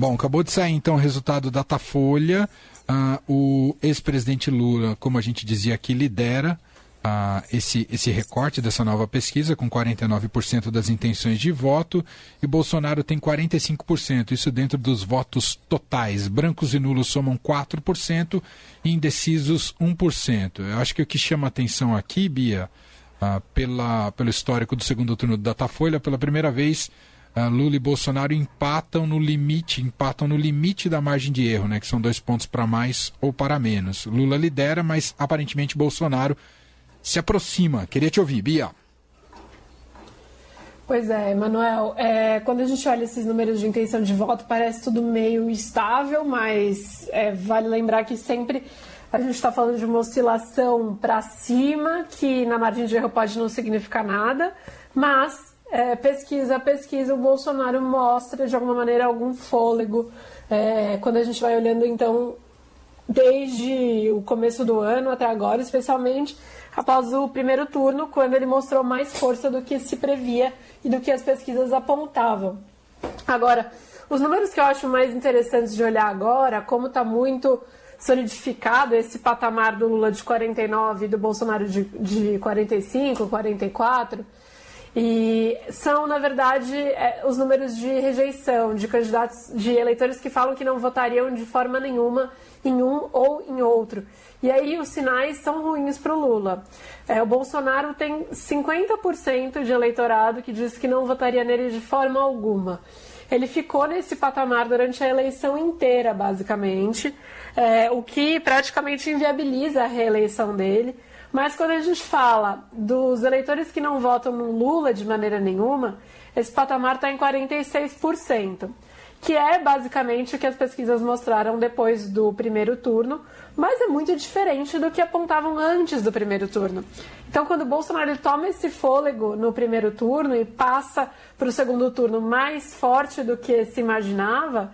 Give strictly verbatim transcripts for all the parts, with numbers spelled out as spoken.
Bom, acabou de sair então o resultado do Datafolha. Uh, o ex-presidente Lula, como a gente dizia aqui, lidera uh, esse, esse recorte dessa nova pesquisa com quarenta e nove por cento das intenções de voto e Bolsonaro tem quarenta e cinco por cento, isso dentro dos votos totais. Brancos e nulos somam quatro por cento e indecisos um por cento. Eu acho que o que chama atenção aqui, Bia, uh, pela, pelo histórico do segundo turno do Datafolha, pela primeira vez Uh, Lula e Bolsonaro empatam no limite, empatam no limite da margem de erro, né, que são dois pontos para mais ou para menos. Lula lidera, mas aparentemente Bolsonaro se aproxima. Queria te ouvir, Bia. Pois é, Manuel, é, quando a gente olha esses números de intenção de voto, parece tudo meio estável, mas é, vale lembrar que sempre a gente está falando de uma oscilação para cima, que na margem de erro pode não significar nada, mas É, pesquisa a pesquisa, o Bolsonaro mostra de alguma maneira algum fôlego. É, quando a gente vai olhando, então, desde o começo do ano até agora, especialmente após o primeiro turno, quando ele mostrou mais força do que se previa e do que as pesquisas apontavam. Agora, os números que eu acho mais interessantes de olhar agora, como está muito solidificado esse patamar do Lula de quarenta e nove e do Bolsonaro de, de quarenta e cinco, quarenta e quatro, e são, na verdade, é, os números de rejeição de candidatos, de eleitores que falam que não votariam de forma nenhuma em um ou em outro. E aí os sinais são ruins para o Lula. É, o Bolsonaro tem cinquenta por cento de eleitorado que diz que não votaria nele de forma alguma. Ele ficou nesse patamar durante a eleição inteira, basicamente, é, o que praticamente inviabiliza a reeleição dele. Mas quando a gente fala dos eleitores que não votam no Lula de maneira nenhuma, esse patamar está em quarenta e seis por cento, que é basicamente o que as pesquisas mostraram depois do primeiro turno, mas é muito diferente do que apontavam antes do primeiro turno. Então, quando o Bolsonaro ele toma esse fôlego no primeiro turno e passa para o segundo turno mais forte do que se imaginava,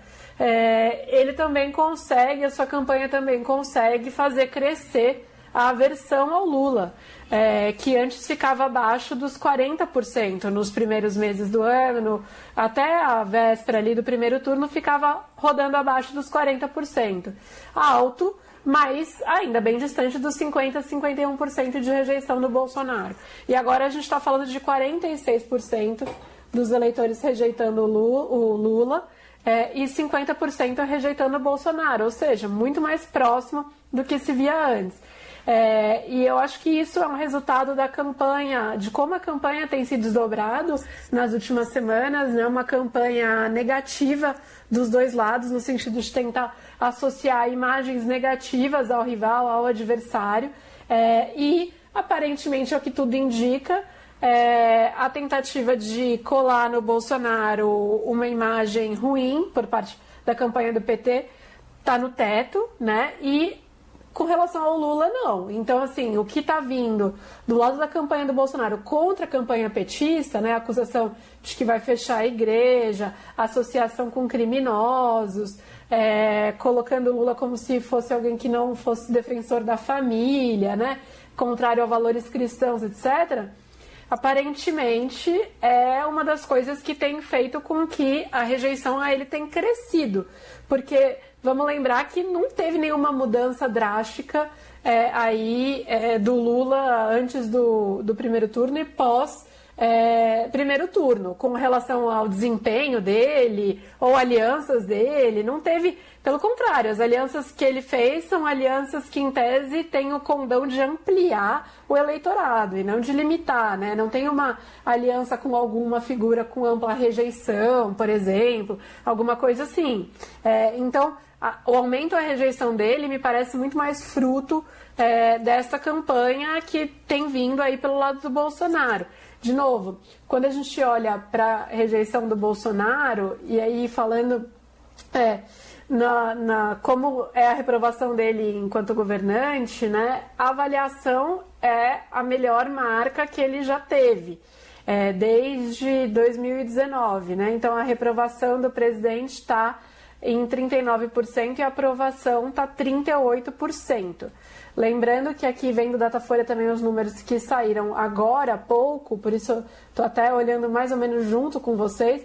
é, ele também consegue, a sua campanha também consegue fazer crescer a aversão ao Lula, é, que antes ficava abaixo dos quarenta por cento nos primeiros meses do ano, até a véspera ali do primeiro turno ficava rodando abaixo dos quarenta por cento. Alto, mas ainda bem distante dos cinquenta, cinquenta e um por cento de rejeição do Bolsonaro. E agora a gente está falando de quarenta e seis por cento dos eleitores rejeitando o Lula é, e cinquenta por cento rejeitando o Bolsonaro, ou seja, muito mais próximo do que se via antes. É, e eu acho que isso é um resultado da campanha, de como a campanha tem se desdobrado nas últimas semanas, né? Uma campanha negativa dos dois lados, no sentido de tentar associar imagens negativas ao rival, ao adversário, é, e aparentemente, é o que tudo indica, é, a tentativa de colar no Bolsonaro uma imagem ruim por parte da campanha do P T está no teto, né? E com relação ao Lula, não. Então, assim, o que está vindo do lado da campanha do Bolsonaro contra a campanha petista, né, a acusação de que vai fechar a igreja, associação com criminosos, é, colocando o Lula como se fosse alguém que não fosse defensor da família, né, contrário a valores cristãos, etcétera, aparentemente é uma das coisas que tem feito com que a rejeição a ele tenha crescido. Porque vamos lembrar que não teve nenhuma mudança drástica é, aí é, do Lula antes do, do primeiro turno e pós é, primeiro turno, com relação ao desempenho dele ou alianças dele. Não teve, pelo contrário, as alianças que ele fez são alianças que, em tese, têm o condão de ampliar o eleitorado e não de limitar, né? Não tem uma aliança com alguma figura com ampla rejeição, por exemplo, alguma coisa assim. É, então, a, o aumento à rejeição dele me parece muito mais fruto é, dessa campanha que tem vindo aí pelo lado do Bolsonaro. De novo, quando a gente olha para a rejeição do Bolsonaro, e aí falando é, na, na, como é a reprovação dele enquanto governante, né, a avaliação é a melhor marca que ele já teve é, desde dois mil e dezenove. Né? Então, a reprovação do presidente está em trinta e nove por cento e a aprovação está trinta e oito por cento. Lembrando que aqui vem do Datafolha também os números que saíram agora há pouco, por isso estou até olhando mais ou menos junto com vocês,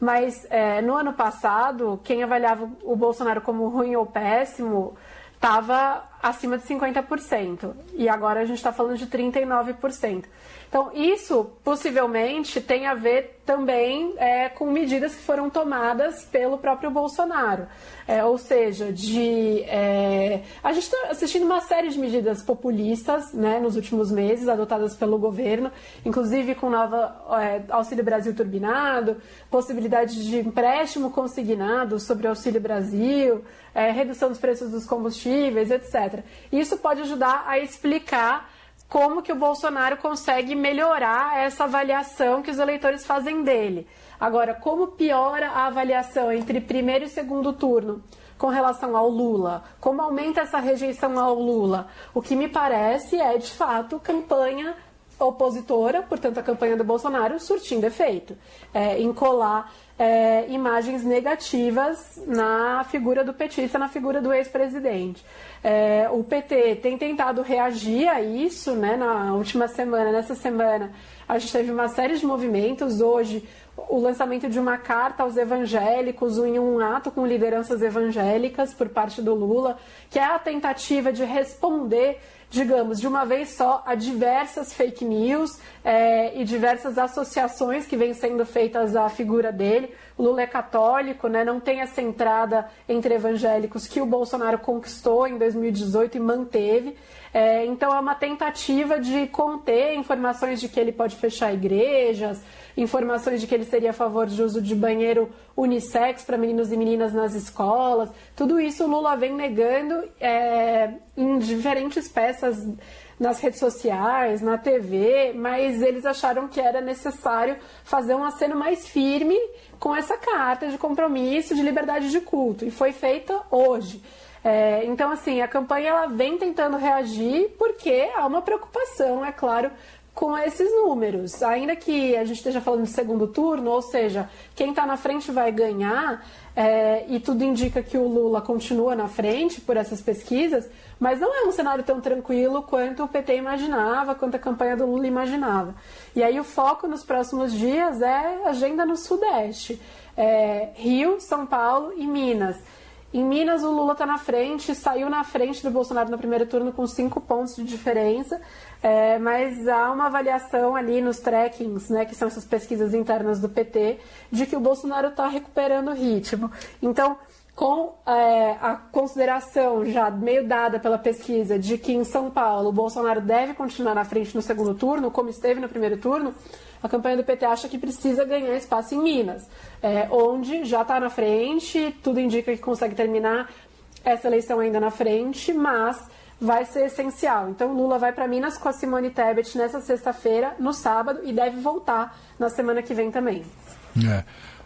mas é, no ano passado, quem avaliava o Bolsonaro como ruim ou péssimo estava acima de cinquenta por cento. E agora a gente está falando de trinta e nove por cento. Então, isso possivelmente tem a ver também é, com medidas que foram tomadas pelo próprio Bolsonaro. É, ou seja, de, é, a gente está assistindo uma série de medidas populistas, né, nos últimos meses, adotadas pelo governo, inclusive com nova é, Auxílio Brasil turbinado, possibilidade de empréstimo consignado sobre Auxílio Brasil, é, redução dos preços dos combustíveis, etcétera. Isso pode ajudar a explicar como que o Bolsonaro consegue melhorar essa avaliação que os eleitores fazem dele. Agora, como piora a avaliação entre primeiro e segundo turno com relação ao Lula? Como aumenta essa rejeição ao Lula? O que me parece é, de fato, campanha opositora, portanto, a campanha do Bolsonaro surtindo efeito, é, em colar é, imagens negativas na figura do petista, na figura do ex-presidente. É, o P T tem tentado reagir a isso, né, na última semana, nessa semana, a gente teve uma série de movimentos. Hoje, o lançamento de uma carta aos evangélicos, em um ato com lideranças evangélicas por parte do Lula, que é a tentativa de responder, digamos, de uma vez só, a diversas fake news é, e diversas associações que vêm sendo feitas à figura dele. O Lula é católico, né, não tem essa entrada entre evangélicos que o Bolsonaro conquistou em dois mil e dezoito e manteve. É, então é uma tentativa de conter informações de que ele pode fechar igrejas, informações de que ele seria a favor de uso de banheiro unissex para meninos e meninas nas escolas. Tudo isso o Lula vem negando é, em diferentes peças nas redes sociais, na T V, mas eles acharam que era necessário fazer um aceno mais firme com essa carta de compromisso de liberdade de culto, e foi feita hoje. É, então, assim, a campanha ela vem tentando reagir porque há uma preocupação, é claro, com esses números. Ainda que a gente esteja falando de segundo turno, ou seja, quem está na frente vai ganhar, é, e tudo indica que o Lula continua na frente por essas pesquisas, mas não é um cenário tão tranquilo quanto o P T imaginava, quanto a campanha do Lula imaginava. E aí o foco nos próximos dias é agenda no Sudeste. É, Rio, São Paulo e Minas. Em Minas, o Lula está na frente, saiu na frente do Bolsonaro no primeiro turno com cinco pontos de diferença, é, mas há uma avaliação ali nos trackings, né, que são essas pesquisas internas do P T, de que o Bolsonaro está recuperando o ritmo. Então, com é, a consideração já meio dada pela pesquisa de que em São Paulo o Bolsonaro deve continuar na frente no segundo turno, como esteve no primeiro turno, a campanha do P T acha que precisa ganhar espaço em Minas, é, onde já está na frente, tudo indica que consegue terminar essa eleição ainda na frente, mas vai ser essencial. Então Lula vai para Minas com a Simone Tebet nessa sexta-feira, no sábado, e deve voltar na semana que vem também. É.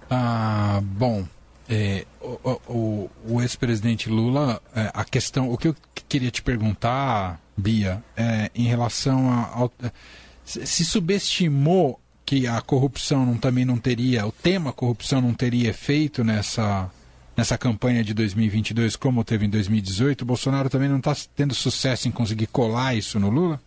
Ah, bom, é, o, o, o ex-presidente Lula, é, a questão, o que eu queria te perguntar, Bia, é, em relação a, ao, se subestimou que a corrupção não, também não teria, o tema corrupção não teria efeito nessa, nessa campanha de dois mil e vinte e dois como teve em dois mil e dezoito, o Bolsonaro também não está tendo sucesso em conseguir colar isso no Lula?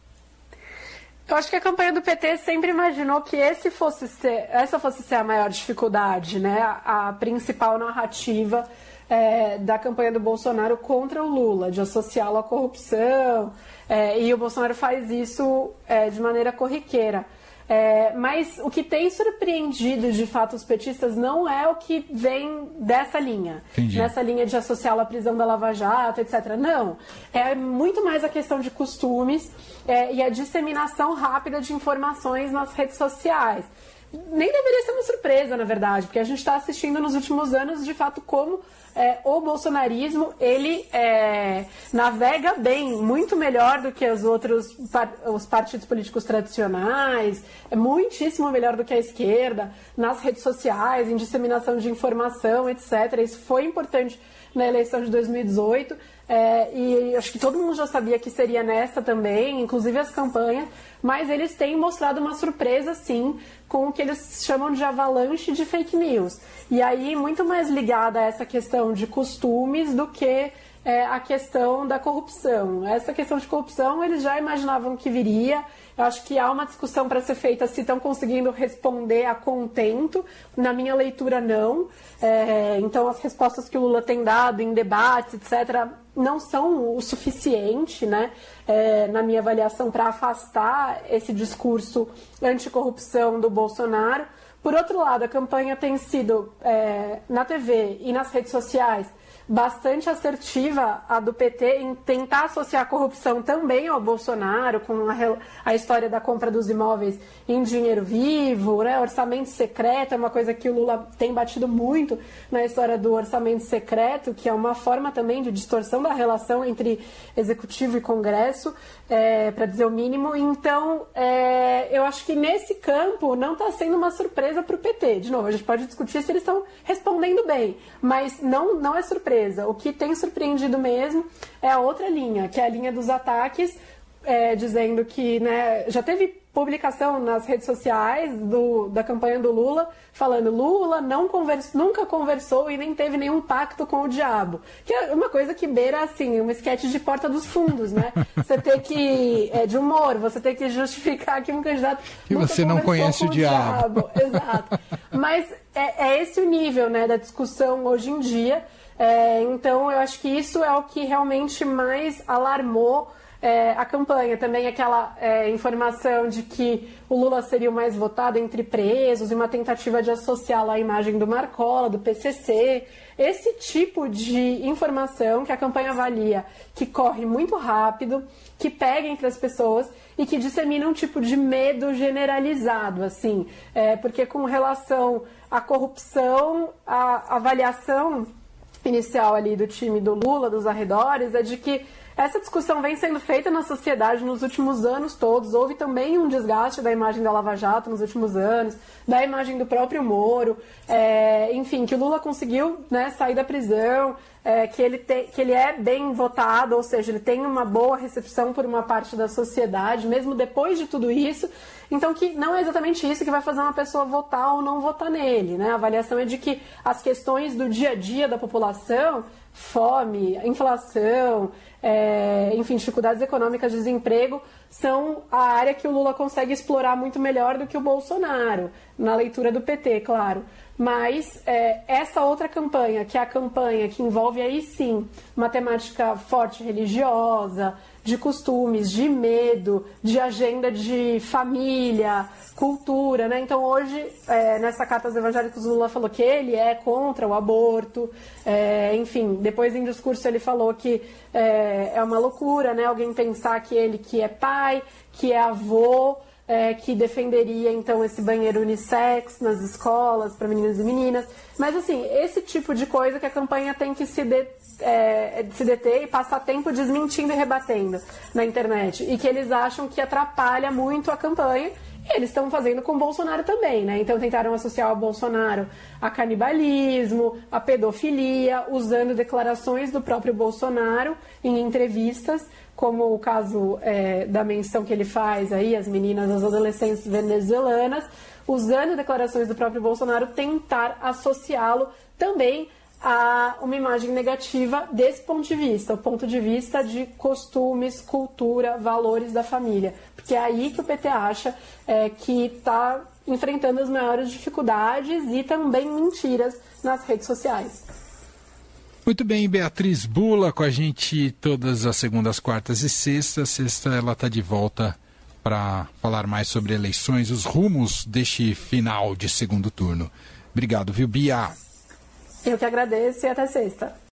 Eu acho que a campanha do P T sempre imaginou que esse fosse ser, essa fosse ser a maior dificuldade, né? A, a principal narrativa é, da campanha do Bolsonaro contra o Lula, de associá-lo à corrupção, é, e o Bolsonaro faz isso é, de maneira corriqueira. É, mas o que tem surpreendido de fato os petistas não é o que vem dessa linha, Entendi. Nessa linha de associá-lo à prisão da Lava Jato, etcétera. Não, é muito mais a questão de costumes é, e a disseminação rápida de informações nas redes sociais. Nem deveria ser uma surpresa, na verdade, porque a gente está assistindo nos últimos anos, de fato, como é, o bolsonarismo, ele é, navega bem, muito melhor do que os outros os partidos políticos tradicionais, é muitíssimo melhor do que a esquerda, nas redes sociais, em disseminação de informação, etcétera. Isso foi importante na eleição de dois mil e dezoito, é, e acho que todo mundo já sabia que seria nessa também, inclusive as campanhas, mas eles têm mostrado uma surpresa, sim, com o que eles chamam de avalanche de fake news. E aí, muito mais ligada a essa questão de costumes do que é, a questão da corrupção. Essa questão de corrupção eles já imaginavam que viria. Eu acho que há uma discussão para ser feita se estão conseguindo responder a contento. Na minha leitura, não. É, então, as respostas que o Lula tem dado em debates, etcétera, não são o suficiente, né, é, na minha avaliação, para afastar esse discurso anticorrupção do Bolsonaro. Por outro lado, a campanha tem sido, é, na T V e nas redes sociais, bastante assertiva, a do P T, em tentar associar a corrupção também ao Bolsonaro, com a, a história da compra dos imóveis em dinheiro vivo, né? Orçamento secreto, é uma coisa que o Lula tem batido muito na história do orçamento secreto, que é uma forma também de distorção da relação entre Executivo e Congresso, é, para dizer o mínimo. Então, é, eu acho que nesse campo não está sendo uma surpresa para o P T. De novo, a gente pode discutir se eles estão respondendo bem, mas não, não é surpresa. O que tem surpreendido mesmo é a outra linha, que é a linha dos ataques, é, dizendo que, né, já teve publicação nas redes sociais do, da campanha do Lula, falando Lula não conversa, nunca conversou e nem teve nenhum pacto com o diabo. Que é uma coisa que beira, assim, uma esquete de Porta dos Fundos, né? Você tem que, é, de humor, você tem que justificar que um candidato que você não conhece o diabo. diabo. Exato. Mas é, é esse o nível, né, da discussão hoje em dia. É, então, eu acho que isso é o que realmente mais alarmou é, a campanha. Também aquela é, informação de que o Lula seria o mais votado entre presos e uma tentativa de associá-la à imagem do Marcola, do P C C. Esse tipo de informação que a campanha avalia, que corre muito rápido, que pega entre as pessoas e que dissemina um tipo de medo generalizado, assim. É, porque com relação à corrupção, a avaliação inicial ali do time do Lula, dos arredores, é de que essa discussão vem sendo feita na sociedade nos últimos anos todos. Houve também um desgaste da imagem da Lava Jato nos últimos anos, da imagem do próprio Moro, é, enfim, que o Lula conseguiu, né, sair da prisão, é, que, ele te, que ele é bem votado, ou seja, ele tem uma boa recepção por uma parte da sociedade, mesmo depois de tudo isso. Então, que não é exatamente isso que vai fazer uma pessoa votar ou não votar nele, né? A avaliação é de que as questões do dia a dia da população, fome, inflação, é, enfim, dificuldades econômicas, desemprego, são a área que o Lula consegue explorar muito melhor do que o Bolsonaro, na leitura do P T, claro. Mas é, essa outra campanha, que é a campanha que envolve aí sim uma temática forte religiosa, de costumes, de medo, de agenda de família, cultura, né? Então hoje, é, nessa carta aos evangélicos, o Lula falou que ele é contra o aborto, é, enfim, depois em discurso ele falou que é, é uma loucura, né? Alguém pensar que ele que é pai, que é avô, É, que defenderia, então, esse banheiro unissex nas escolas para meninos e meninas. Mas, assim, esse tipo de coisa que a campanha tem que se, de, é, se deter e passar tempo desmentindo e rebatendo na internet. E que eles acham que atrapalha muito a campanha. E eles estão fazendo com o Bolsonaro também, né? Então, tentaram associar o Bolsonaro a canibalismo, a pedofilia, usando declarações do próprio Bolsonaro em entrevistas, como o caso é, da menção que ele faz aí, as meninas, as adolescentes venezuelanas, usando declarações do próprio Bolsonaro, tentar associá-lo também a uma imagem negativa desse ponto de vista, o ponto de vista de costumes, cultura, valores da família. Porque é aí que o P T acha é, que está enfrentando as maiores dificuldades e também mentiras nas redes sociais. Muito bem, Beatriz Bula com a gente todas as segundas, quartas e sextas. Sexta ela está de volta para falar mais sobre eleições, os rumos deste final de segundo turno. Obrigado, viu, Bia? Eu que agradeço e até sexta.